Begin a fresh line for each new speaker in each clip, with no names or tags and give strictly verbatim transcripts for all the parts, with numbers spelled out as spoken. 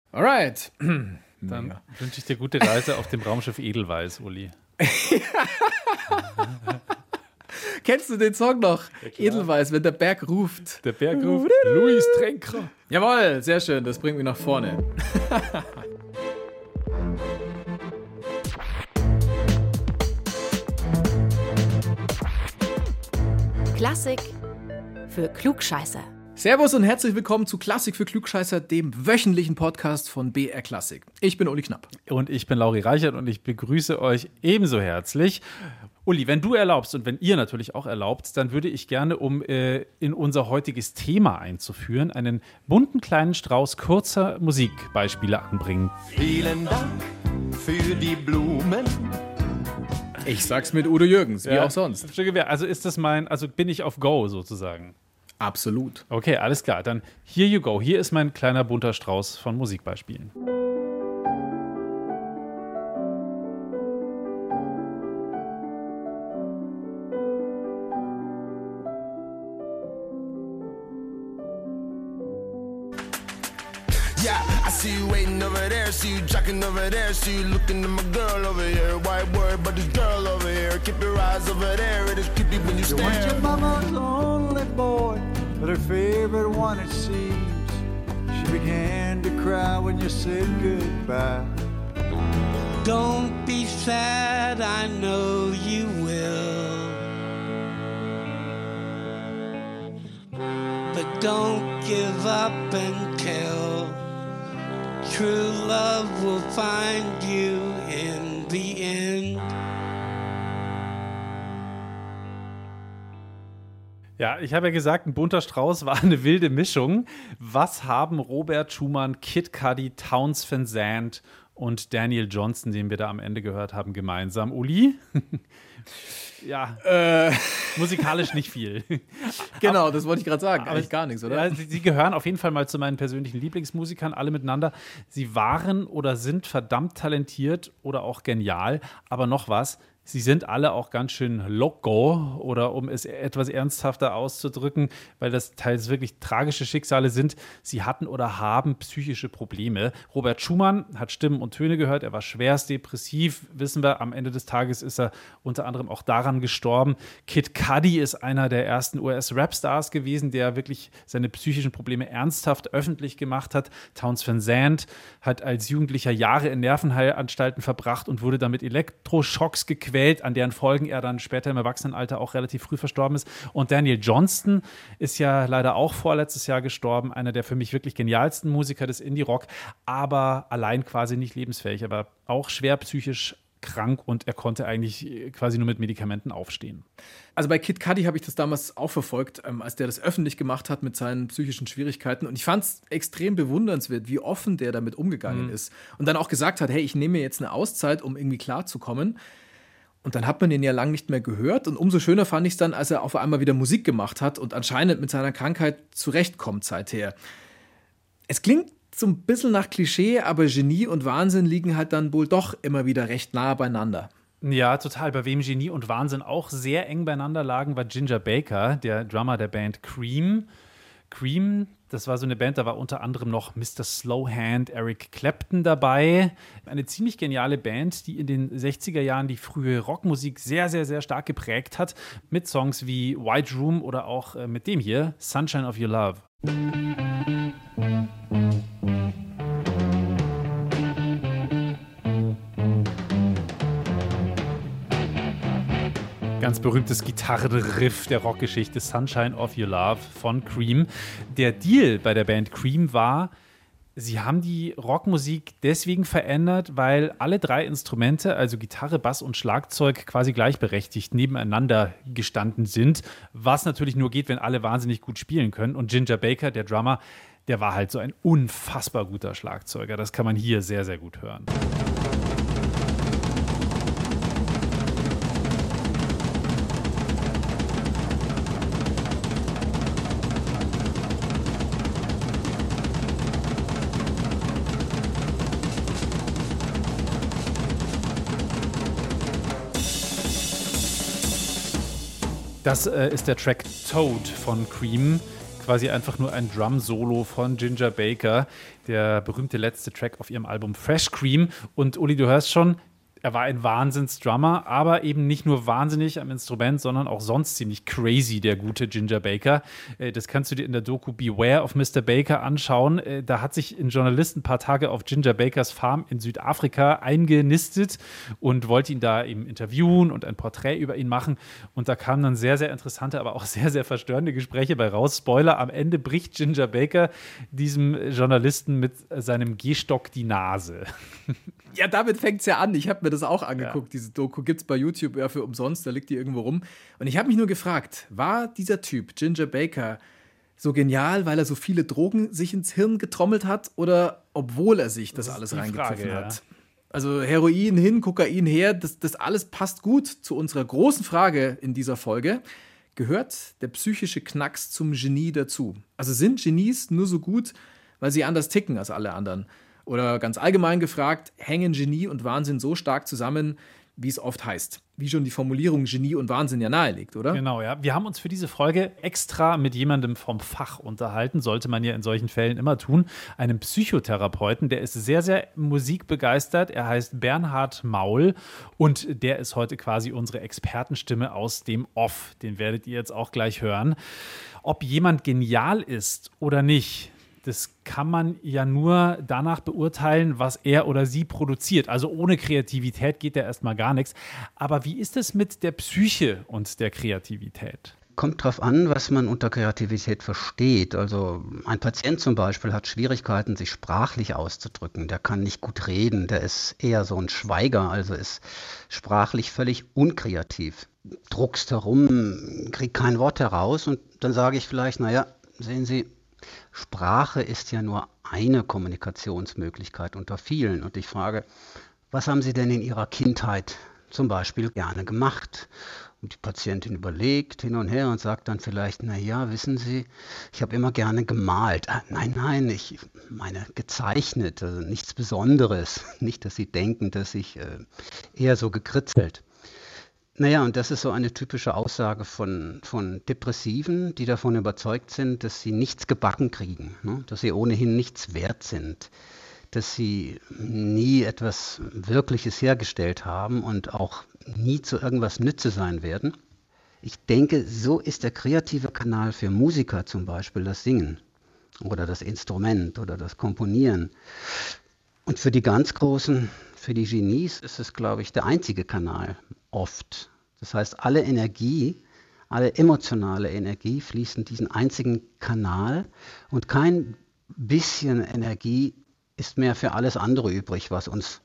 Alright.
Dann wünsche ich dir gute Reise auf dem Raumschiff Edelweiss, Uli.
Kennst du den Song noch? Ja, Edelweiss, wenn der Berg ruft.
Der Berg ruft, Luis Trenker.
Jawohl, sehr schön, das bringt mich nach vorne.
Klassik für Klugscheißer.
Servus und herzlich willkommen zu Klassik für Klugscheißer, dem wöchentlichen Podcast von B R Klassik. Ich bin Uli Knapp.
Und ich bin Lauri Reichert und ich begrüße euch ebenso herzlich. Uli, wenn du erlaubst und wenn ihr natürlich auch erlaubt, dann würde ich gerne, um äh, in unser heutiges Thema einzuführen, einen bunten kleinen Strauß kurzer Musikbeispiele anbringen.
Vielen Dank für die Blumen.
Ich sag's mit Udo Jürgens, wie
ja,
auch sonst.
Also ist das mein, also bin ich auf Go sozusagen?
Absolut.
Okay, alles klar. Dann here you go. Hier ist mein kleiner bunter Strauß von Musikbeispielen.
Yeah, I see you waiting over there, see you jocking over there, see you looking at my girl over here. White word, but this girl over here. Keep your eyes over there, it is creepy when you stare.
You want your mama's only boy, but her favorite one it seems. She began to cry when you said goodbye.
Don't be sad, I know you will. But don't give up until true love will find you in the end.
Ja, ich habe ja gesagt, ein bunter Strauß war eine wilde Mischung. Was haben Robert Schumann, Kid Cudi, Townes Van Zandt und Daniel Johnston, den wir da am Ende gehört haben, gemeinsam? Uli? Ja, äh. musikalisch nicht viel.
Genau,
aber,
das wollte ich gerade sagen.
Aber
eigentlich gar nichts, oder?
Ja, sie, sie gehören auf jeden Fall mal zu meinen persönlichen Lieblingsmusikern, alle miteinander. Sie waren oder sind verdammt talentiert oder auch genial, aber noch was, sie sind alle auch ganz schön loco, oder um es etwas ernsthafter auszudrücken, weil das teils wirklich tragische Schicksale sind. Sie hatten oder haben psychische Probleme. Robert Schumann hat Stimmen und Töne gehört, er war schwerst depressiv, wissen wir. Am Ende des Tages ist er unter anderem auch daran gestorben. Kid Cudi ist einer der ersten U S-Rap-Stars gewesen, der wirklich seine psychischen Probleme ernsthaft öffentlich gemacht hat. Townes Van Zandt hat als Jugendlicher Jahre in Nervenheilanstalten verbracht und wurde damit Elektroschocks gequält, an deren Folgen er dann später im Erwachsenenalter auch relativ früh verstorben ist. Und Daniel Johnston ist ja leider auch vorletztes Jahr gestorben, einer der für mich wirklich genialsten Musiker des Indie-Rock, aber allein quasi nicht lebensfähig. Er war auch schwer psychisch krank und er konnte eigentlich quasi nur mit Medikamenten aufstehen.
Also bei Kid Cudi habe ich das damals auch verfolgt, ähm, als der das öffentlich gemacht hat mit seinen psychischen Schwierigkeiten. Und ich fand es extrem bewundernswert, wie offen der damit umgegangen mhm. ist. Und dann auch gesagt hat, hey, ich nehme mir jetzt eine Auszeit, um irgendwie klarzukommen. Und dann hat man den ja lang nicht mehr gehört. Und umso schöner fand ich es dann, als er auf einmal wieder Musik gemacht hat und anscheinend mit seiner Krankheit zurechtkommt seither. Es klingt so ein bisschen nach Klischee, aber Genie und Wahnsinn liegen halt dann wohl doch immer wieder recht nah beieinander.
Ja, total. Bei wem Genie und Wahnsinn auch sehr eng beieinander lagen, war Ginger Baker, der Drummer der Band Cream. Cream, das war so eine Band, da war unter anderem noch Mister Slowhand, Eric Clapton dabei. Eine ziemlich geniale Band, die in den sechziger Jahren die frühe Rockmusik sehr, sehr, sehr stark geprägt hat. Mit Songs wie White Room oder auch äh, mit dem hier, Sunshine of Your Love. Ganz berühmtes Gitarrenriff der Rockgeschichte, Sunshine of Your Love von Cream. Der Deal bei der Band Cream war, sie haben die Rockmusik deswegen verändert, weil alle drei Instrumente, also Gitarre, Bass und Schlagzeug, quasi gleichberechtigt nebeneinander gestanden sind. Was natürlich nur geht, wenn alle wahnsinnig gut spielen können. Und Ginger Baker, der Drummer, der war halt so ein unfassbar guter Schlagzeuger. Das kann man hier sehr, sehr gut hören. Das äh, ist der Track Toad von Cream. quasi einfach nur ein Drum-Solo von Ginger Baker, der berühmte letzte Track auf ihrem Album Fresh Cream. Und Uli, du hörst schon, er war ein Wahnsinns-Drummer, aber eben nicht nur wahnsinnig am Instrument, sondern auch sonst ziemlich crazy, der gute Ginger Baker. Das kannst du dir in der Doku Beware of Mister Baker anschauen. Da hat sich ein Journalist ein paar Tage auf Ginger Bakers Farm in Südafrika eingenistet und wollte ihn da eben interviewen und ein Porträt über ihn machen. Und da kamen dann sehr, sehr interessante, aber auch sehr, sehr verstörende Gespräche bei raus. Spoiler, am Ende bricht Ginger Baker diesem Journalisten mit seinem Gehstock die Nase.
Ja, damit fängt es ja an. Ich habe mir das auch angeguckt,
ja.
diese Doku. Gibt es bei YouTube ja für umsonst, da liegt die irgendwo rum. Und ich habe mich nur gefragt, war dieser Typ, Ginger Baker, so genial, weil er so viele Drogen sich ins Hirn getrommelt hat oder obwohl er sich das, das alles reingepfiffen hat? Ja. Also Heroin hin, Kokain her, das, das alles passt gut zu unserer großen Frage in dieser Folge. Gehört der psychische Knacks zum Genie dazu? Also sind Genies nur so gut, weil sie anders ticken als alle anderen? Oder ganz allgemein gefragt, hängen Genie und Wahnsinn so stark zusammen, wie es oft heißt? Wie schon die Formulierung Genie und Wahnsinn ja nahelegt, oder?
Genau, ja. Wir haben uns für diese Folge extra mit jemandem vom Fach unterhalten, sollte man ja in solchen Fällen immer tun, einem Psychotherapeuten, der ist sehr, sehr musikbegeistert. Er heißt Bernhard Maul und der ist heute quasi unsere Expertenstimme aus dem Off. Den werdet ihr jetzt auch gleich hören. Ob jemand genial ist oder nicht, das kann man ja nur danach beurteilen, was er oder sie produziert. Also ohne Kreativität geht ja erstmal gar nichts. Aber wie ist es mit der Psyche und der Kreativität?
Kommt drauf an, was man unter Kreativität versteht. Also ein Patient zum Beispiel hat Schwierigkeiten, sich sprachlich auszudrücken. Der kann nicht gut reden, der ist eher so ein Schweiger, also ist sprachlich völlig unkreativ. Druckst herum, kriegt kein Wort heraus und dann sage ich vielleicht, naja, sehen Sie, Sprache ist ja nur eine Kommunikationsmöglichkeit unter vielen. Und ich frage, was haben Sie denn in Ihrer Kindheit zum Beispiel gerne gemacht? Und die Patientin überlegt hin und her und sagt dann vielleicht, na ja, wissen Sie, ich habe immer gerne gemalt. Ah, nein, nein, ich meine gezeichnet, also nichts Besonderes. Nicht, dass Sie denken, dass ich äh, eher so gekritzelt. Naja, und das ist so eine typische Aussage von, von Depressiven, die davon überzeugt sind, dass sie nichts gebacken kriegen, ne? Dass sie ohnehin nichts wert sind, dass sie nie etwas Wirkliches hergestellt haben und auch nie zu irgendwas Nütze sein werden. Ich denke, so ist der kreative Kanal für Musiker zum Beispiel das Singen oder das Instrument oder das Komponieren. Und für die ganz Großen, für die Genies ist es, glaube ich, der einzige Kanal oft. Das heißt, alle Energie, alle emotionale Energie fließt in diesen einzigen Kanal und kein bisschen Energie ist mehr für alles andere übrig, was uns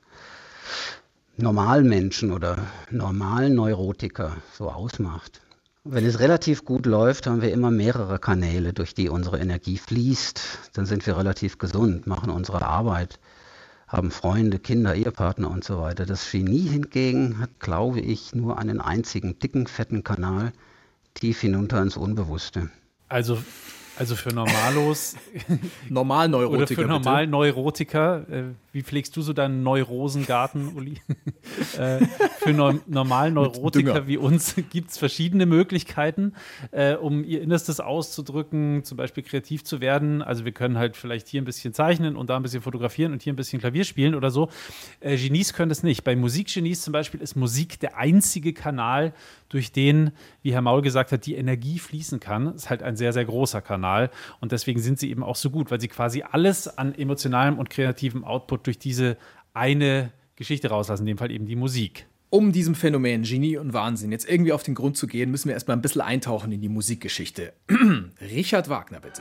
Normalmenschen oder Normalneurotiker so ausmacht. Wenn es relativ gut läuft, haben wir immer mehrere Kanäle, durch die unsere Energie fließt. Dann sind wir relativ gesund, machen unsere Arbeit, haben Freunde, Kinder, Ehepartner und so weiter. Das Genie hingegen hat, glaube ich, nur einen einzigen dicken, fetten Kanal tief hinunter ins Unbewusste.
Also, also für Normalos
Normalneurotiker,
oder für Normalneurotiker, äh, wie pflegst du so deinen Neurosengarten, Uli? äh, für no- Normalneurotiker wie uns gibt es verschiedene Möglichkeiten, äh, um ihr Innerstes auszudrücken, zum Beispiel kreativ zu werden. Also wir können halt vielleicht hier ein bisschen zeichnen und da ein bisschen fotografieren und hier ein bisschen Klavier spielen oder so. Äh, Genies können das nicht. Bei Musikgenies zum Beispiel ist Musik der einzige Kanal, durch den, wie Herr Maul gesagt hat, die Energie fließen kann. Das ist halt ein sehr, sehr großer Kanal und deswegen sind sie eben auch so gut, weil sie quasi alles an emotionalem und kreativem Output durch diese eine Geschichte rauslassen, in dem Fall eben die Musik.
Um diesem Phänomen Genie und Wahnsinn jetzt irgendwie auf den Grund zu gehen, müssen wir erstmal ein bisschen eintauchen in die Musikgeschichte. Richard Wagner, bitte.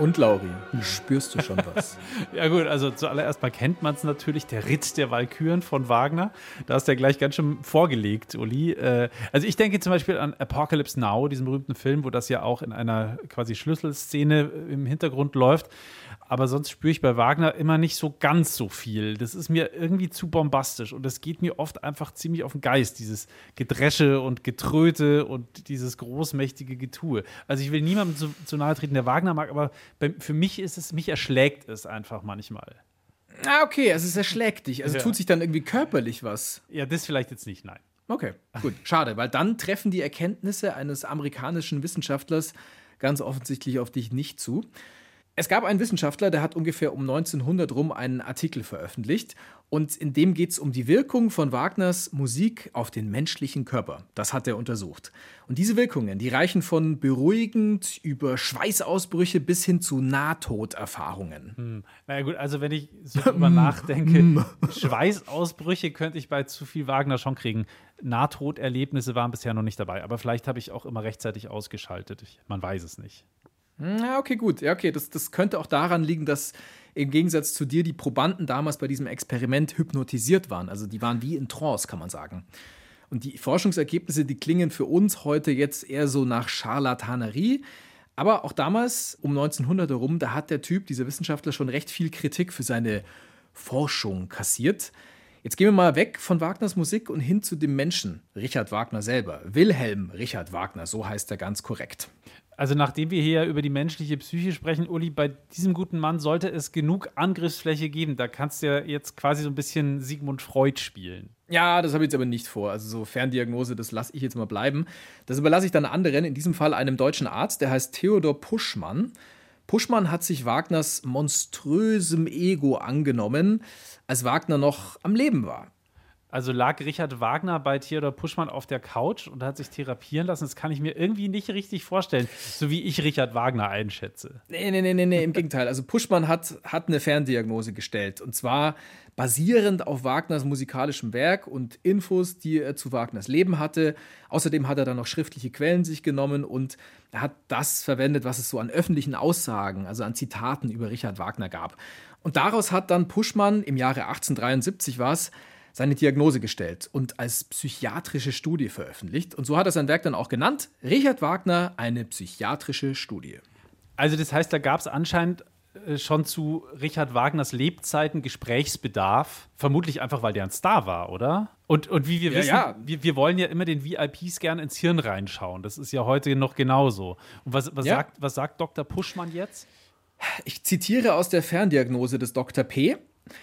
Und Lauri, spürst du schon was?
Ja gut, also zuallererst mal kennt man es natürlich, der Ritt der Walküren von Wagner. Da hast du ja gleich ganz schön vorgelegt, Uli. Äh, also ich denke zum Beispiel an Apocalypse Now, diesen berühmten Film, wo das ja auch in einer quasi Schlüsselszene im Hintergrund läuft. Aber sonst spüre ich bei Wagner immer nicht so ganz so viel. Das ist mir irgendwie zu bombastisch und das geht mir oft einfach ziemlich auf den Geist, dieses Gedresche und Getröte und dieses großmächtige Getue. Also ich will niemandem zu, zu nahe treten, der Wagner mag, aber bei, für mich ist es, mich erschlägt es einfach manchmal.
Ah, okay, also es erschlägt dich. Also
Ja.
tut sich dann irgendwie körperlich was.
Ja, das vielleicht jetzt nicht, nein.
Okay, gut, schade, weil dann treffen die Erkenntnisse eines amerikanischen Wissenschaftlers ganz offensichtlich auf dich nicht zu. Es gab einen Wissenschaftler, der hat ungefähr um neunzehnhundert rum einen Artikel veröffentlicht und in dem geht es um die Wirkung von Wagners Musik auf den menschlichen Körper. Das hat er untersucht. Und diese Wirkungen, die reichen von beruhigend über Schweißausbrüche bis hin zu Nahtoderfahrungen.
Hm. Naja gut, also wenn ich so drüber nachdenke, Schweißausbrüche könnte ich bei zu viel Wagner schon kriegen. Nahtoderlebnisse waren bisher noch nicht dabei, aber vielleicht habe ich auch immer rechtzeitig ausgeschaltet. Ich, man weiß es nicht.
Ja, okay, gut. Ja, okay, das, das könnte auch daran liegen, dass im Gegensatz zu dir die Probanden damals bei diesem Experiment hypnotisiert waren. Also die waren wie in Trance, kann man sagen. Und die Forschungsergebnisse, die klingen für uns heute jetzt eher so nach Scharlatanerie. Aber auch damals, um neunzehnhundert herum, da hat der Typ, dieser Wissenschaftler, schon recht viel Kritik für seine Forschung kassiert. Jetzt gehen wir mal weg von Wagners Musik und hin zu dem Menschen, Richard Wagner selber. Wilhelm Richard Wagner, so heißt er ganz korrekt.
Also nachdem wir hier über die menschliche Psyche sprechen, Uli, bei diesem guten Mann sollte es genug Angriffsfläche geben. Da kannst du ja jetzt quasi so ein bisschen Sigmund Freud spielen.
Ja, das habe ich jetzt aber nicht vor. Also so Ferndiagnose, das lasse ich jetzt mal bleiben. Das überlasse ich dann anderen, in diesem Fall einem deutschen Arzt, der heißt Theodor Puschmann. Puschmann hat sich Wagners monströsem Ego angenommen, als Wagner noch am Leben war.
Also lag Richard Wagner bei Theodor Puschmann auf der Couch und hat sich therapieren lassen. Das kann ich mir irgendwie nicht richtig vorstellen, so wie ich Richard Wagner einschätze.
Nee, nee, nee, nee, nee, im Gegenteil. Also Puschmann hat, hat eine Ferndiagnose gestellt. Und zwar basierend auf Wagners musikalischem Werk und Infos, die er zu Wagners Leben hatte. Außerdem hat er dann noch schriftliche Quellen sich genommen und er hat das verwendet, was es so an öffentlichen Aussagen, also an Zitaten über Richard Wagner gab. Und daraus hat dann Puschmann im Jahre achtzehnhundertdreiundsiebzig war es, seine Diagnose gestellt und als psychiatrische Studie veröffentlicht. Und so hat er sein Werk dann auch genannt, Richard Wagner, eine psychiatrische Studie.
Also das heißt, da gab es anscheinend äh, schon zu Richard Wagners Lebzeiten Gesprächsbedarf. Vermutlich einfach, weil der ein Star war, oder? Und, und wie wir
Ja,
wissen,
ja.
Wir, wir wollen ja immer den V I Ps gern ins Hirn reinschauen. Das ist ja heute noch genauso. Und was, was,
Ja.
sagt, was sagt Doktor Puschmann jetzt?
Ich zitiere aus der Ferndiagnose des Doktor P.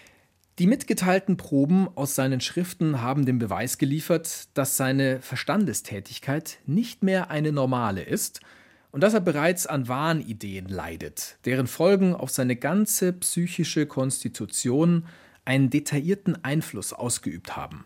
Die mitgeteilten Proben aus seinen Schriften haben den Beweis geliefert, dass seine Verstandestätigkeit nicht mehr eine normale ist und dass er bereits an Wahnideen leidet, deren Folgen auf seine ganze psychische Konstitution einen detaillierten Einfluss ausgeübt haben.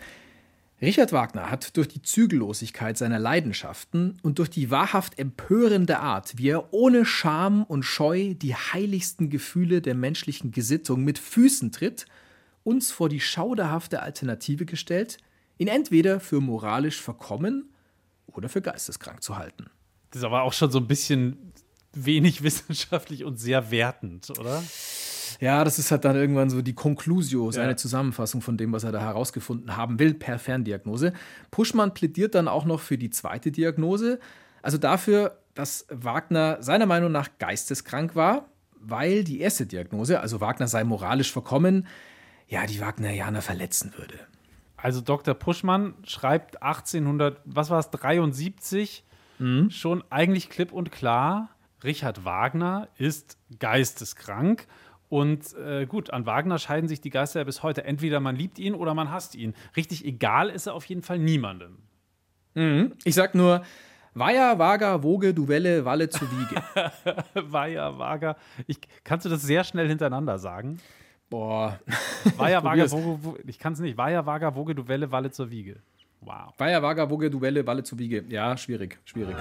Richard Wagner hat durch die Zügellosigkeit seiner Leidenschaften und durch die wahrhaft empörende Art, wie er ohne Scham und Scheu die heiligsten Gefühle der menschlichen Gesittung mit Füßen tritt, uns vor die schauderhafte Alternative gestellt, ihn entweder für moralisch verkommen oder für geisteskrank zu halten.
Das ist aber auch schon so ein bisschen wenig wissenschaftlich und sehr wertend, oder?
Ja, das ist halt dann irgendwann so die Conclusio, seine
Ja.
Zusammenfassung von dem, was er da herausgefunden haben will, per Ferndiagnose. Puschmann plädiert dann auch noch für die zweite Diagnose, also dafür, dass Wagner seiner Meinung nach geisteskrank war, weil die erste Diagnose, also Wagner sei moralisch verkommen, ja, die Wagnerianer verletzen würde.
Also Doktor Puschmann schreibt achtzehnhundert, was war es, dreiundsiebzig,
Mhm.
schon eigentlich klipp und klar, Richard Wagner ist geisteskrank. Und äh, gut, an Wagner scheiden sich die Geister ja bis heute. Entweder man liebt ihn oder man hasst ihn. Richtig egal ist er auf jeden Fall niemandem.
Mhm. Ich sag nur, Vaja, Vaga, Woge, du Welle, Walle zu Wiege.
Vaja, Vaga. Ich, kannst du das sehr schnell hintereinander sagen?
Boah.
Vaja, Vaga,
Probier's.
Woge, Woge, ich kann es nicht. Vaja, Vaga, Woge, du Welle, Walle zur Wiege. Wow.
Vaja, Vaga, Woge, du Welle, Walle zu Wiege. Ja, schwierig, schwierig.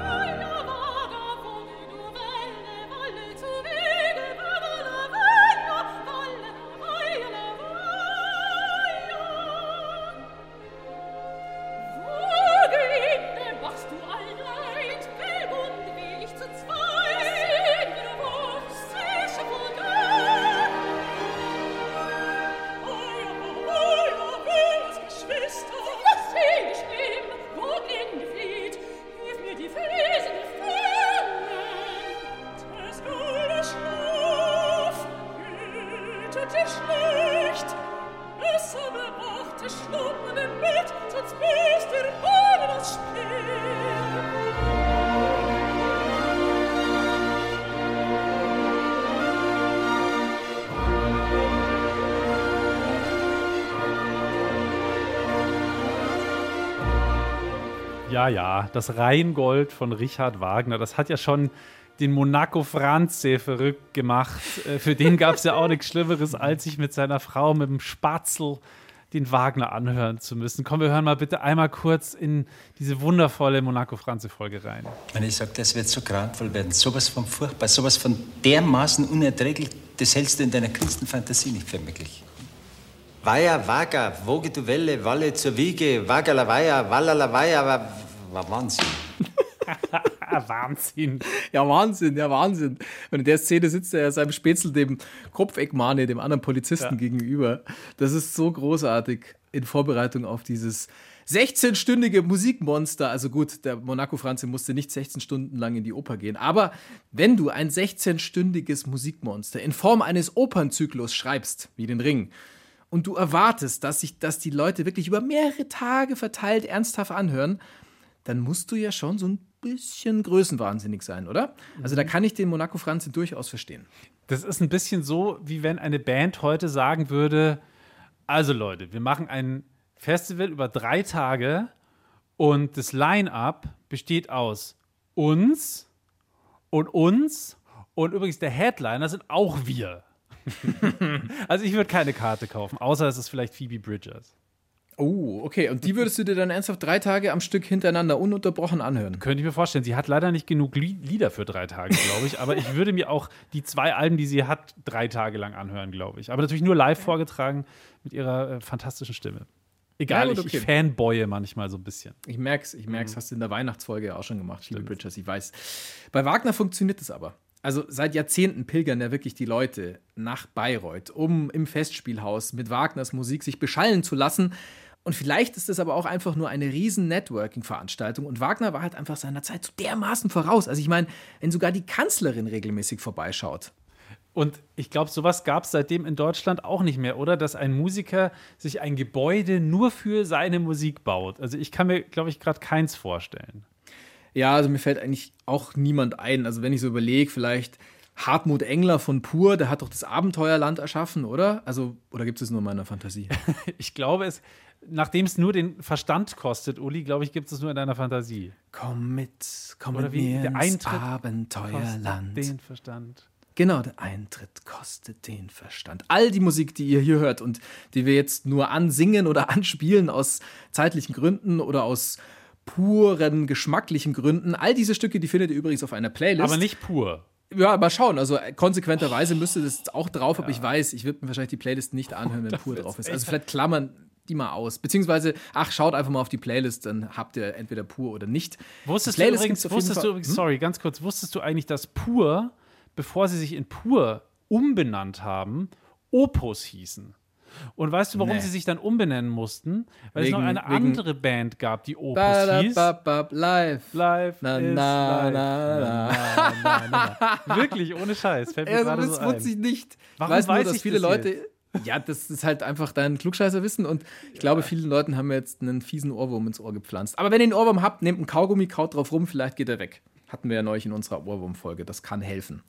schlecht. Besser bewachte Schlummern im Bett, sonst bist der Ball das Spiel.
Ja, ja, das Rheingold von Richard Wagner, das hat ja schon den Monaco Franze verrückt gemacht. Für den gab es ja auch nichts Schlimmeres, als sich mit seiner Frau, mit dem Spatzel, den Wagner anhören zu müssen. Komm, wir hören mal bitte einmal kurz in diese wundervolle Monaco Franze-Folge rein.
Wenn ich sage, das wird so grauenvoll werden, sowas von furchtbar, sowas von dermaßen unerträglich, das hältst du in deiner kühnsten Fantasie nicht für möglich. Weiher, Wager, Woge du Welle, Walle zur Wiege, Wagala Weiher, Wallala Weiher, war, war Wahnsinn.
Wahnsinn.
Ja, Wahnsinn, ja, Wahnsinn. Und in der Szene sitzt er seinem Spätzl, dem Kopfeckmane, dem anderen Polizisten, ja, gegenüber. Das ist so großartig in Vorbereitung auf dieses sechzehnstündige Musikmonster. Also gut, der Monaco Franze musste nicht sechzehn Stunden lang in die Oper gehen. Aber wenn du ein sechzehnstündiges Musikmonster in Form eines Opernzyklus schreibst, wie den Ring, und du erwartest, dass sich, dass die Leute wirklich über mehrere Tage verteilt ernsthaft anhören, dann musst du ja schon so ein bisschen größenwahnsinnig sein, oder? Also da kann ich den Monaco Franze durchaus verstehen.
Das ist ein bisschen so, wie wenn eine Band heute sagen würde, also Leute, wir machen ein Festival über drei Tage und das Line-Up besteht aus uns und uns und übrigens der Headliner sind auch wir. Also ich würde keine Karte kaufen, außer es ist vielleicht Phoebe Bridgers.
Oh, okay. Und die würdest du dir dann ernsthaft drei Tage am Stück hintereinander ununterbrochen anhören?
Könnte ich mir vorstellen. Sie hat leider nicht genug Lieder für drei Tage, glaube ich. Aber ich würde mir auch die zwei Alben, die sie hat, drei Tage lang anhören, glaube ich. Aber natürlich nur live vorgetragen mit ihrer äh, fantastischen Stimme. Egal, ja, gut, okay. ich, ich fanboye manchmal so ein bisschen.
Ich merk's, ich merk's. Mhm. Hast du in der Weihnachtsfolge ja auch schon gemacht, Phoebe Bridgers, ich weiß. Bei Wagner funktioniert es aber. Also seit Jahrzehnten pilgern ja wirklich die Leute nach Bayreuth, um im Festspielhaus mit Wagners Musik sich beschallen zu lassen. Und vielleicht ist es aber auch einfach nur eine riesen Networking-Veranstaltung. Und Wagner war halt einfach seiner Zeit so dermaßen voraus. Also ich meine, wenn sogar die Kanzlerin regelmäßig vorbeischaut.
Und ich glaube, sowas gab es seitdem in Deutschland auch nicht mehr, oder? Dass ein Musiker sich ein Gebäude nur für seine Musik baut. Also ich kann mir, glaube ich, gerade keins vorstellen.
Ja, also mir fällt eigentlich auch niemand ein. Also wenn ich so überlege, vielleicht Hartmut Engler von Pur, der hat doch das Abenteuerland erschaffen, oder? Also, oder gibt es nur in meiner Fantasie?
Ich glaube es, nachdem es nur den Verstand kostet, Uli, glaube ich, gibt es nur in deiner Fantasie.
Komm mit, komm
oder
mit
wie
mir
der
ins
Eintritt
Abenteuerland.
Kostet den Verstand.
Genau, der Eintritt kostet den Verstand. All die Musik, die ihr hier hört und die wir jetzt nur ansingen oder anspielen aus zeitlichen Gründen oder aus puren geschmacklichen Gründen, all diese Stücke, die findet ihr übrigens auf einer Playlist.
Aber nicht pur.
Ja, mal schauen. Also konsequenterweise müsste das auch drauf, ja. Aber ich weiß, ich würde mir wahrscheinlich die Playlist nicht anhören, wenn pur drauf ist. Also vielleicht klammern die mal aus. Beziehungsweise, ach, schaut einfach mal auf die Playlist, dann habt ihr entweder pur oder nicht.
Wusstest du übrigens, wusstest du übrigens hm? sorry, ganz kurz, wusstest du eigentlich, dass Pur, bevor sie sich in Pur umbenannt haben, Opus hießen? Und weißt du, warum nee. sie sich dann umbenennen mussten? Weil wegen, es noch eine andere Band gab, die Opus ba, da, hieß.
Ba, ba, live.
Live
na,
is
na,
live.
Na, na.
Na, na, na, na. Wirklich, ohne Scheiß. Fällt mir
ja,
gerade
das
so ein.
wusste ich nicht.
Warum
ich weiß,
weiß
nur, dass
ich
viele
das
Leute.
Jetzt?
Ja, das ist halt einfach dein Klugscheißerwissen und ich ja. glaube, vielen Leuten haben wir jetzt einen fiesen Ohrwurm ins Ohr gepflanzt. Aber wenn ihr einen Ohrwurm habt, nehmt einen Kaugummi, kaut drauf rum, vielleicht geht er weg. Hatten wir ja neulich in unserer Ohrwurm-Folge. Das kann helfen.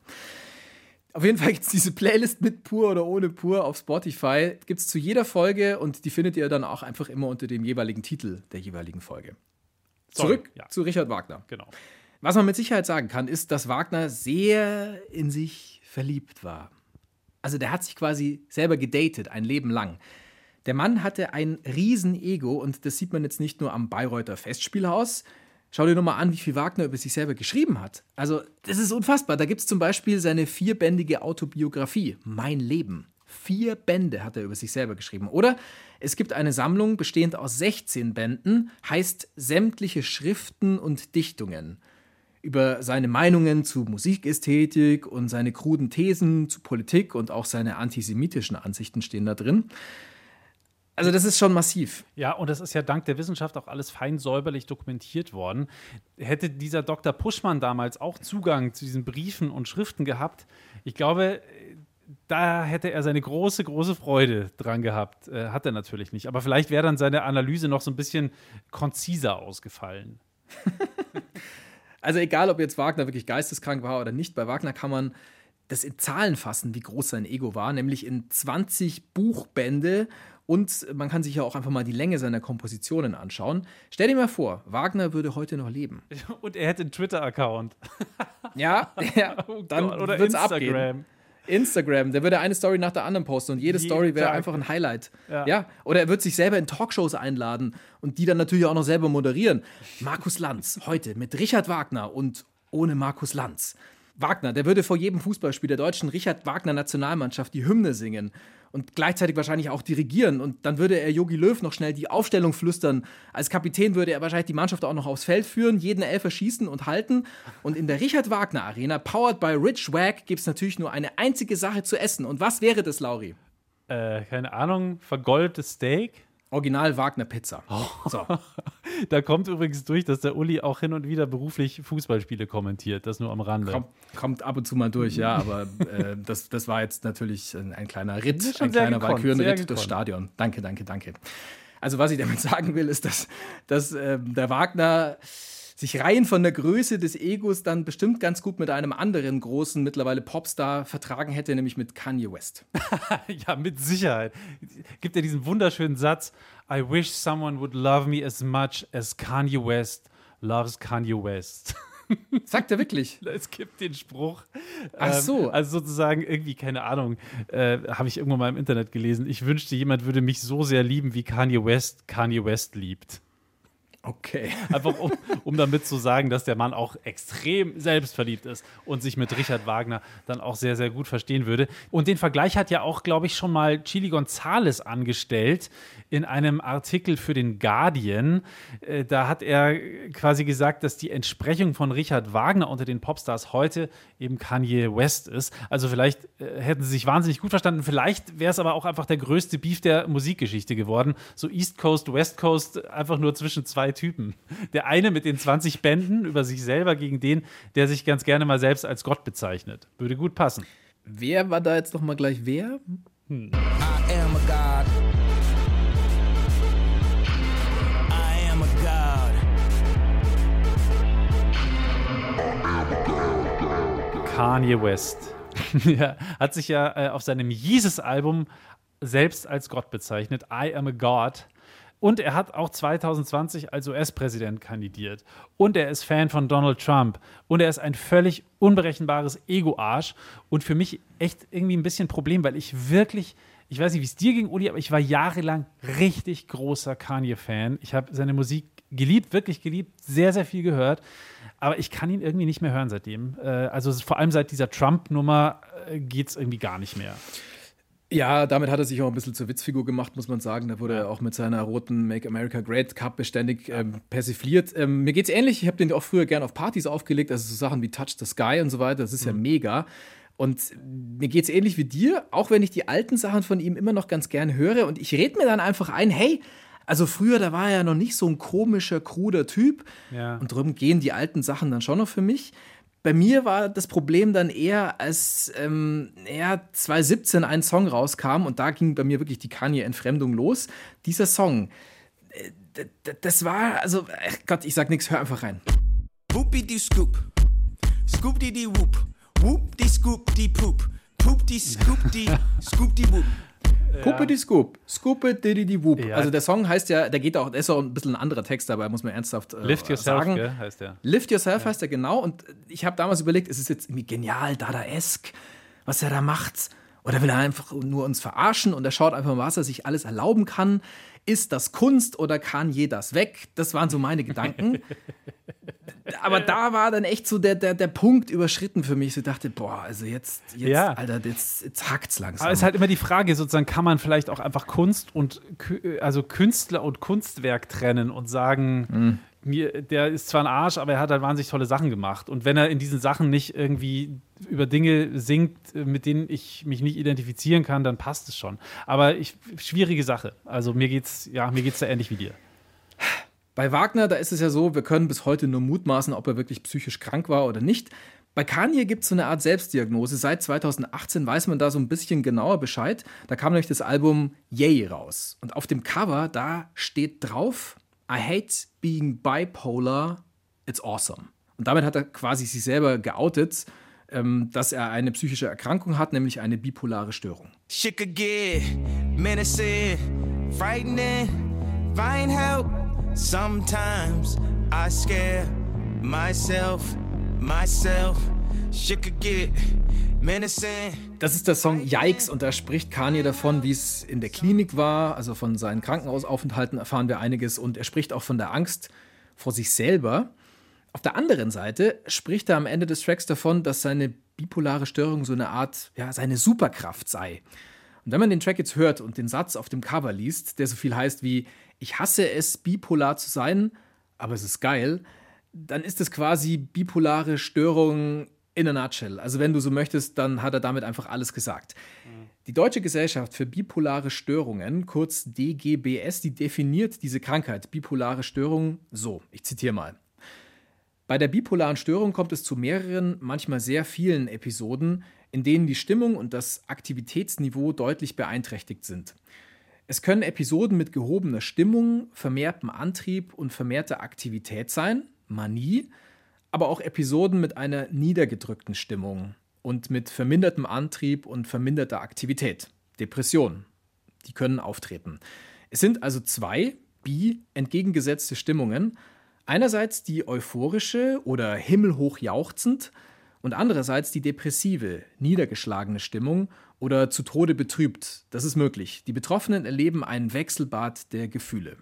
Auf jeden Fall gibt es diese Playlist mit Pur oder ohne Pur auf Spotify. Gibt es zu jeder Folge und die findet ihr dann auch einfach immer unter dem jeweiligen Titel der jeweiligen Folge.
Sorry,
Zurück
ja.
zu Richard Wagner.
Genau.
Was man mit Sicherheit sagen kann, ist, dass Wagner sehr in sich verliebt war. Also der hat sich quasi selber gedatet, ein Leben lang. Der Mann hatte ein Riesen-Ego und das sieht man jetzt nicht nur am Bayreuther Festspielhaus. Schau dir nur mal an, wie viel Wagner über sich selber geschrieben hat. Also, das ist unfassbar. Da gibt es zum Beispiel seine vierbändige Autobiografie, Mein Leben. Vier Bände hat er über sich selber geschrieben. Oder es gibt eine Sammlung bestehend aus sechzehn Bänden, heißt Sämtliche Schriften und Dichtungen. Über seine Meinungen zu Musikästhetik und seine kruden Thesen zu Politik und auch seine antisemitischen Ansichten stehen da drin. Also das ist schon massiv.
Ja, und das ist ja dank der Wissenschaft auch alles fein säuberlich dokumentiert worden. Hätte dieser Doktor Puschmann damals auch Zugang zu diesen Briefen und Schriften gehabt, ich glaube, da hätte er seine große, große Freude dran gehabt. Äh, hat er natürlich nicht. Aber vielleicht wäre dann seine Analyse noch so ein bisschen konziser ausgefallen.
Also egal, ob jetzt Wagner wirklich geisteskrank war oder nicht, bei Wagner kann man das in Zahlen fassen, wie groß sein Ego war, nämlich in zwanzig Buchbände. Und man kann sich ja auch einfach mal die Länge seiner Kompositionen anschauen. Stell dir mal vor, Wagner würde heute noch leben.
Und er hätte einen Twitter-Account.
Ja, ja
oh
dann
Gott, oder
wird's
Instagram.
Abgehen. Instagram, der würde eine Story nach der anderen posten und jede
Jeden
Story wäre
Tag.
einfach ein Highlight.
Ja.
Ja. Oder er wird sich selber in Talkshows einladen und die dann natürlich auch noch selber moderieren. Markus Lanz, heute mit Richard Wagner und ohne Markus Lanz. Wagner, der würde vor jedem Fußballspiel der deutschen Richard Wagner Nationalmannschaft die Hymne singen und gleichzeitig wahrscheinlich auch dirigieren. Und dann würde er Jogi Löw noch schnell die Aufstellung flüstern. Als Kapitän würde er wahrscheinlich die Mannschaft auch noch aufs Feld führen, jeden Elfer schießen und halten. Und in der Richard Wagner Arena, powered by Rich Wag, gibt es natürlich nur eine einzige Sache zu essen. Und was wäre das, Lauri?
Äh, keine Ahnung, vergoldetes Steak?
Original Wagner Pizza.
Oh.
So.
Da kommt übrigens durch, dass der Uli auch hin und wieder beruflich Fußballspiele kommentiert. Das nur am Rande.
Kommt, kommt ab und zu mal durch, ja, aber äh, das, das war jetzt natürlich ein, ein kleiner Ritt,
schon
ein
sehr
kleiner
gekonnt, sehr
Walkürenritt
gekonnt.
durchs Stadion. Danke, danke, danke. Also was ich damit sagen will, ist, dass, dass äh, der Wagner sich rein von der Größe des Egos dann bestimmt ganz gut mit einem anderen großen, mittlerweile Popstar vertragen hätte, nämlich mit Kanye West.
Ja, mit Sicherheit. Gibt ja diesen wunderschönen Satz: I wish someone would love me as much as Kanye West loves Kanye West.
Sagt er wirklich?
Es gibt den Spruch.
Ach so.
Ähm, also sozusagen irgendwie, keine Ahnung, äh, habe ich irgendwann mal im Internet gelesen. Ich wünschte, jemand würde mich so sehr lieben, wie Kanye West Kanye West liebt.
Okay.
Einfach um, um damit zu sagen, dass der Mann auch extrem selbstverliebt ist und sich mit Richard Wagner dann auch sehr, sehr gut verstehen würde. Und den Vergleich hat ja auch, glaube ich, schon mal Chili González angestellt in einem Artikel für den Guardian. Äh, da hat er quasi gesagt, dass die Entsprechung von Richard Wagner unter den Popstars heute eben Kanye West ist. Also vielleicht äh, hätten sie sich wahnsinnig gut verstanden. Vielleicht wäre es aber auch einfach der größte Beef der Musikgeschichte geworden. So East Coast, West Coast, einfach nur zwischen zwei Typen. Der eine mit den zwanzig Bänden über sich selber gegen den, der sich ganz gerne mal selbst als Gott bezeichnet. Würde gut passen.
Wer war da jetzt noch mal gleich wer?
Hm.
I am a god. I am a god.
Kanye West. Ja, hat sich ja äh, auf seinem Jesus-Album selbst als Gott bezeichnet. I am a God. Und er hat auch zwanzig zwanzig als U S-Präsident kandidiert. Und er ist Fan von Donald Trump. Und er ist ein völlig unberechenbares Ego-Arsch. Und für mich echt irgendwie ein bisschen ein Problem, weil ich wirklich, ich weiß nicht, wie es dir ging, Uli, aber ich war jahrelang richtig großer Kanye-Fan. Ich habe seine Musik geliebt, wirklich geliebt, sehr, sehr viel gehört. Aber ich kann ihn irgendwie nicht mehr hören seitdem. Also vor allem seit dieser Trump-Nummer geht es irgendwie gar nicht mehr.
Ja, damit hat er sich auch ein bisschen zur Witzfigur gemacht, muss man sagen. Da wurde er auch mit seiner roten Make America Great Kappe ständig ähm, persifliert. Ähm, mir geht's ähnlich. Ich habe den auch früher gern auf Partys aufgelegt, also so Sachen wie Touch the Sky und so weiter. Das ist mhm. ja mega. Und mir geht's ähnlich wie dir, auch wenn ich die alten Sachen von ihm immer noch ganz gern höre. Und ich rede mir dann einfach ein, hey, also früher, da war er ja noch nicht so ein komischer, kruder Typ.
Ja.
Und darum gehen die alten Sachen dann schon noch für mich. Bei mir war das Problem dann eher, als ähm, ja, zwanzig siebzehn ein Song rauskam und da ging bei mir wirklich die Kanye-Entfremdung los. Dieser Song, äh, d- d- das war, also, ach Gott, ich sag nichts, hör einfach rein.
Whoopie-doo-scoop. Scoop-dee-dee-whoop. Whoop-dee-scoop-dee-poop. Poop-dee-scoop-dee. Scoop-dee-whoop.
Puppe Scoop, Scoope Diddy Whoop.
Ja.
Also der Song heißt ja, der geht auch, da ist auch ein bisschen ein anderer Text dabei, muss man ernsthaft äh,
Lift Yourself,
sagen.
gell, heißt der.
Lift Yourself heißt er genau und ich habe damals überlegt, ist es jetzt irgendwie genial, Dadaesk, was er da macht? Oder will er einfach nur uns verarschen und er schaut einfach mal, was er sich alles erlauben kann? Ist das Kunst oder kann je das weg? Das waren so meine Gedanken. Aber da war dann echt so der, der, der Punkt überschritten für mich. Ich dachte, boah, also jetzt, jetzt
Ja.
Alter, jetzt, jetzt hackt's langsam.
Aber es ist halt immer die Frage, sozusagen, kann man vielleicht auch einfach Kunst und Kü- also Künstler und Kunstwerk trennen und sagen,
Mhm.
mir, der ist zwar ein Arsch, aber er hat halt wahnsinnig tolle Sachen gemacht. Und wenn er in diesen Sachen nicht irgendwie über Dinge singt, mit denen ich mich nicht identifizieren kann, dann passt es schon. Aber ich, schwierige Sache. Also mir geht's, ja, mir geht's da ähnlich wie dir.
Bei Wagner, da ist es ja so, wir können bis heute nur mutmaßen, ob er wirklich psychisch krank war oder nicht. Bei Kanye gibt es so eine Art Selbstdiagnose. Seit zweitausendachtzehn weiß man da so ein bisschen genauer Bescheid. Da kam nämlich das Album Yay raus. Und auf dem Cover, da steht drauf, I hate being bipolar, it's awesome. Und damit hat er quasi sich selber geoutet, ähm, dass er eine psychische Erkrankung hat, nämlich eine bipolare Störung.
Shit could get menacing, frightening, find help. Sometimes I scare myself, myself. Shit could get menacing.
Das ist der Song Yikes und da spricht Kanye davon, wie es in der Klinik war, also von seinen Krankenhausaufenthalten erfahren wir einiges und er spricht auch von der Angst vor sich selber. Auf der anderen Seite spricht er am Ende des Tracks davon, dass seine bipolare Störung so eine Art, ja, seine Superkraft sei. Und wenn man den Track jetzt hört und den Satz auf dem Cover liest, der so viel heißt wie ich hasse es, bipolar zu sein, aber es ist geil, dann ist es quasi bipolare Störung in a nutshell. Also wenn du so möchtest, dann hat er damit einfach alles gesagt. Mhm. Die Deutsche Gesellschaft für bipolare Störungen, kurz D G B S, die definiert diese Krankheit, bipolare Störung, so, ich zitiere mal. Bei der bipolaren Störung kommt es zu mehreren, manchmal sehr vielen Episoden, in denen die Stimmung und das Aktivitätsniveau deutlich beeinträchtigt sind. Es können Episoden mit gehobener Stimmung, vermehrtem Antrieb und vermehrter Aktivität sein, Manie, aber auch Episoden mit einer niedergedrückten Stimmung und mit vermindertem Antrieb und verminderter Aktivität, Depression. Die können auftreten. Es sind also zwei, bi, entgegengesetzte Stimmungen. Einerseits die euphorische oder himmelhoch jauchzend und andererseits die depressive, niedergeschlagene Stimmung oder zu Tode betrübt. Das ist möglich. Die Betroffenen erleben ein Wechselbad der Gefühle.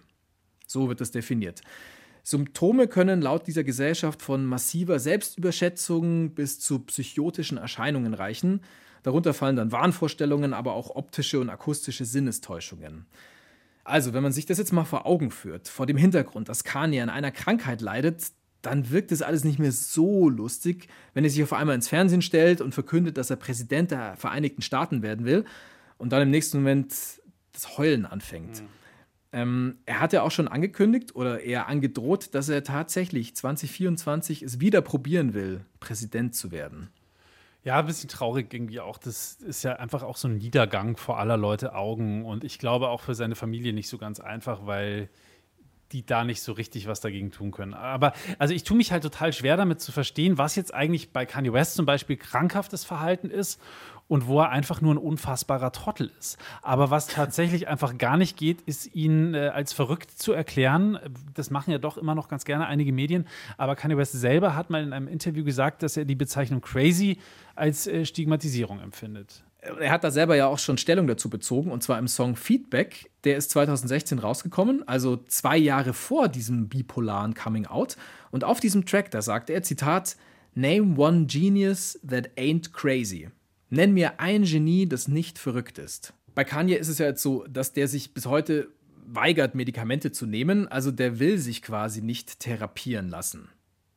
So wird das definiert. Symptome können laut dieser Gesellschaft von massiver Selbstüberschätzung bis zu psychotischen Erscheinungen reichen. Darunter fallen dann Wahnvorstellungen, aber auch optische und akustische Sinnestäuschungen. Also, wenn man sich das jetzt mal vor Augen führt, vor dem Hintergrund, dass Kanye an einer Krankheit leidet, dann wirkt das alles nicht mehr so lustig, wenn er sich auf einmal ins Fernsehen stellt und verkündet, dass er Präsident der Vereinigten Staaten werden will und dann im nächsten Moment das Heulen anfängt. Mhm. Ähm, er hat ja auch schon angekündigt oder eher angedroht, dass er tatsächlich zwanzig vierundzwanzig es wieder probieren will, Präsident zu werden.
Ja, ein bisschen traurig irgendwie auch. Das ist ja einfach auch so ein Niedergang vor aller Leute Augen. Und ich glaube auch für seine Familie nicht so ganz einfach, weil die da nicht so richtig was dagegen tun können. Aber also ich tue mich halt total schwer damit zu verstehen, was jetzt eigentlich bei Kanye West zum Beispiel krankhaftes Verhalten ist und wo er einfach nur ein unfassbarer Trottel ist. Aber was tatsächlich einfach gar nicht geht, ist ihn äh, als verrückt zu erklären. Das machen ja doch immer noch ganz gerne einige Medien. Aber Kanye West selber hat mal in einem Interview gesagt, dass er die Bezeichnung crazy als äh, Stigmatisierung empfindet.
Er hat da selber ja auch schon Stellung dazu bezogen, und zwar im Song Feedback. Der ist zwanzig sechzehn rausgekommen, also zwei Jahre vor diesem bipolaren Coming-out. Und auf diesem Track, da sagt er, Zitat, Name one genius that ain't crazy. Nenn mir ein Genie, das nicht verrückt ist. Bei Kanye ist es ja jetzt so, dass der sich bis heute weigert, Medikamente zu nehmen. Also der will sich quasi nicht therapieren lassen.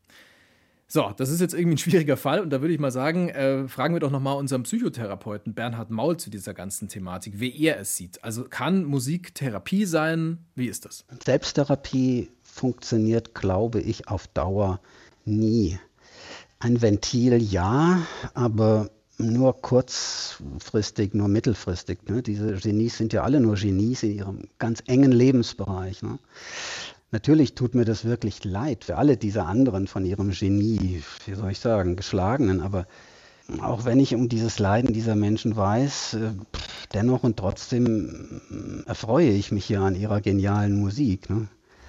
So, das ist jetzt irgendwie ein schwieriger Fall und da würde ich mal sagen, äh, fragen wir doch nochmal unseren Psychotherapeuten Bernhard Maul zu dieser ganzen Thematik, wie er es sieht. Also kann Musik Therapie sein? Wie ist das?
Selbsttherapie funktioniert, glaube ich, auf Dauer nie. Ein Ventil ja, aber nur kurzfristig, nur mittelfristig. Ne? Diese Genies sind ja alle nur Genies in ihrem ganz engen Lebensbereich. Ne? Natürlich tut mir das wirklich leid für alle diese anderen von ihrem Genie, wie soll ich sagen, Geschlagenen. Aber auch wenn ich um dieses Leiden dieser Menschen weiß, dennoch und trotzdem erfreue ich mich ja an ihrer genialen Musik. Ne?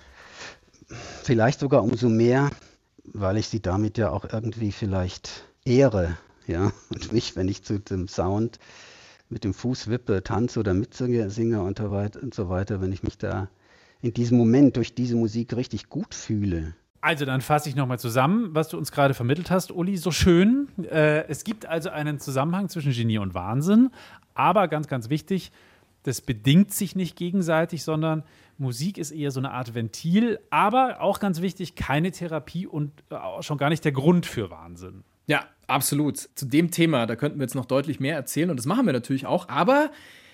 Vielleicht sogar umso mehr, weil ich sie damit ja auch irgendwie vielleicht ehre. Ja? Und mich, wenn ich zu dem Sound mit dem Fuß wippe, tanze oder mitsinge und so weiter, wenn ich mich da in diesem Moment durch diese Musik richtig gut fühle.
Also dann fasse ich nochmal zusammen, was du uns gerade vermittelt hast, Uli, so schön. Äh, es gibt also einen Zusammenhang zwischen Genie und Wahnsinn, aber ganz, ganz wichtig, das bedingt sich nicht gegenseitig, sondern Musik ist eher so eine Art Ventil, aber auch ganz wichtig, keine Therapie und äh, schon gar nicht der Grund für Wahnsinn.
Ja, absolut. Zu dem Thema, da könnten wir jetzt noch deutlich mehr erzählen und das machen wir natürlich auch, aber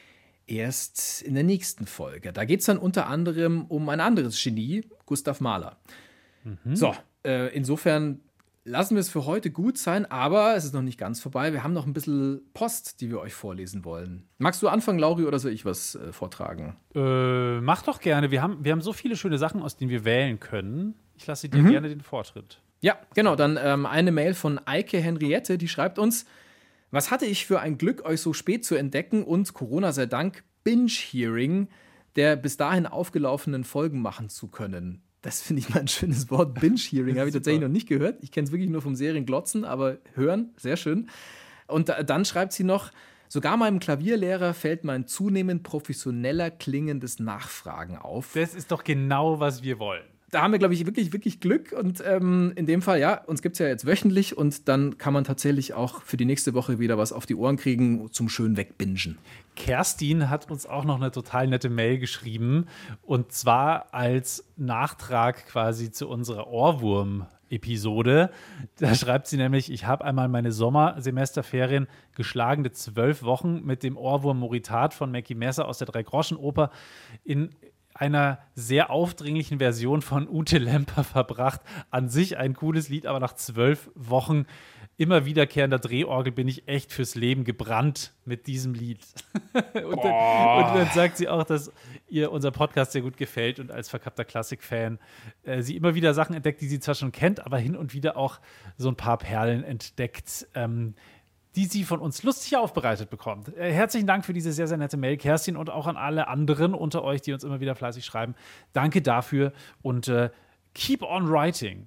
erst in der nächsten Folge. Da geht es dann unter anderem um ein anderes Genie, Gustav Mahler. Mhm. So, äh, insofern lassen wir es für heute gut sein, aber es ist noch nicht ganz vorbei. Wir haben noch ein bisschen Post, die wir euch vorlesen wollen. Magst du anfangen, Lauri, oder soll ich was äh, vortragen?
Äh, mach doch gerne. Wir haben, wir haben so viele schöne Sachen, aus denen wir wählen können. Ich lasse dir mhm. gerne den Vortritt.
Ja, genau. Dann ähm, eine Mail von Eike Henriette, die schreibt uns: Was hatte ich für ein Glück, euch so spät zu entdecken und, Corona sei Dank, Binge-Hearing der bis dahin aufgelaufenen Folgen machen zu können. Das finde ich mal ein schönes Wort. Binge-Hearing habe ich tatsächlich noch nicht gehört. Ich kenne es wirklich nur vom Serienglotzen, aber hören, sehr schön. Und dann schreibt sie noch: Sogar meinem Klavierlehrer fällt mein zunehmend professioneller klingendes Nachfragen auf.
Das ist doch genau, was wir wollen.
Da haben wir, glaube ich, wirklich, wirklich Glück. Und ähm, in dem Fall, ja, uns gibt es ja jetzt wöchentlich. Und dann kann man tatsächlich auch für die nächste Woche wieder was auf die Ohren kriegen zum schön wegbingen.
Kerstin hat uns auch noch eine total nette Mail geschrieben. Und zwar als Nachtrag quasi zu unserer Ohrwurm-Episode. Da schreibt sie nämlich: Ich habe einmal meine Sommersemesterferien geschlagene zwölf Wochen mit dem Ohrwurm Moritat von Mackie Messer aus der Drei-Groschen-Oper in einer sehr aufdringlichen Version von Ute Lemper verbracht. An sich ein cooles Lied, aber nach zwölf Wochen immer wiederkehrender Drehorgel bin ich echt fürs Leben gebrannt mit diesem Lied. und, dann, und dann sagt sie auch, dass ihr unser Podcast sehr gut gefällt und als verkappter Klassik-Fan äh, sie immer wieder Sachen entdeckt, die sie zwar schon kennt, aber hin und wieder auch so ein paar Perlen entdeckt, ähm, die sie von uns lustig aufbereitet bekommt. Äh, herzlichen Dank für diese sehr, sehr nette Mail, Kerstin, und auch an alle anderen unter euch, die uns immer wieder fleißig schreiben. Danke dafür und äh, keep on writing.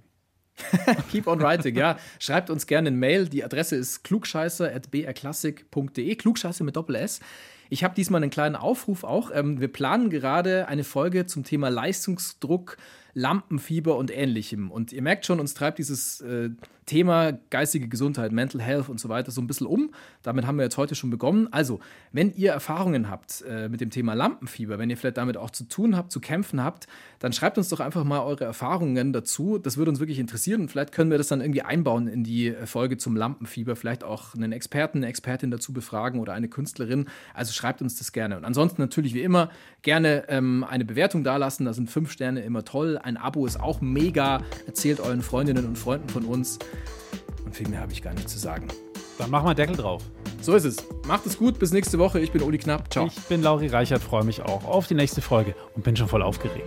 Keep on writing, ja. Schreibt uns gerne eine Mail. Die Adresse ist klugscheißer at b r klassik punkt d e. Klugscheißer mit Doppel-S. Ich habe diesmal einen kleinen Aufruf auch. Ähm, wir planen gerade eine Folge zum Thema Leistungsdruck, Lampenfieber und Ähnlichem. Und ihr merkt schon, uns treibt dieses äh, Thema geistige Gesundheit, Mental Health und so weiter so ein bisschen um. Damit haben wir jetzt heute schon begonnen. Also, wenn ihr Erfahrungen habt äh, mit dem Thema Lampenfieber, wenn ihr vielleicht damit auch zu tun habt, zu kämpfen habt, dann schreibt uns doch einfach mal eure Erfahrungen dazu. Das würde uns wirklich interessieren und vielleicht können wir das dann irgendwie einbauen in die Folge zum Lampenfieber. Vielleicht auch einen Experten, eine Expertin dazu befragen oder eine Künstlerin. Also schreibt uns das gerne. Und ansonsten natürlich wie immer gerne ähm, eine Bewertung dalassen. Da sind fünf Sterne immer toll. Ein Abo ist auch mega. Erzählt euren Freundinnen und Freunden von uns. Und viel mehr habe ich gar nicht zu sagen.
Dann machen wir Deckel drauf.
So ist es. Macht es gut. Bis nächste Woche. Ich bin Uli Knapp. Ciao.
Ich bin Lauri Reichert. Freue mich auch auf die nächste Folge und bin schon voll aufgeregt.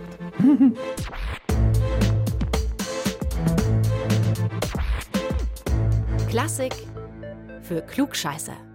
Klassik für Klugscheißer.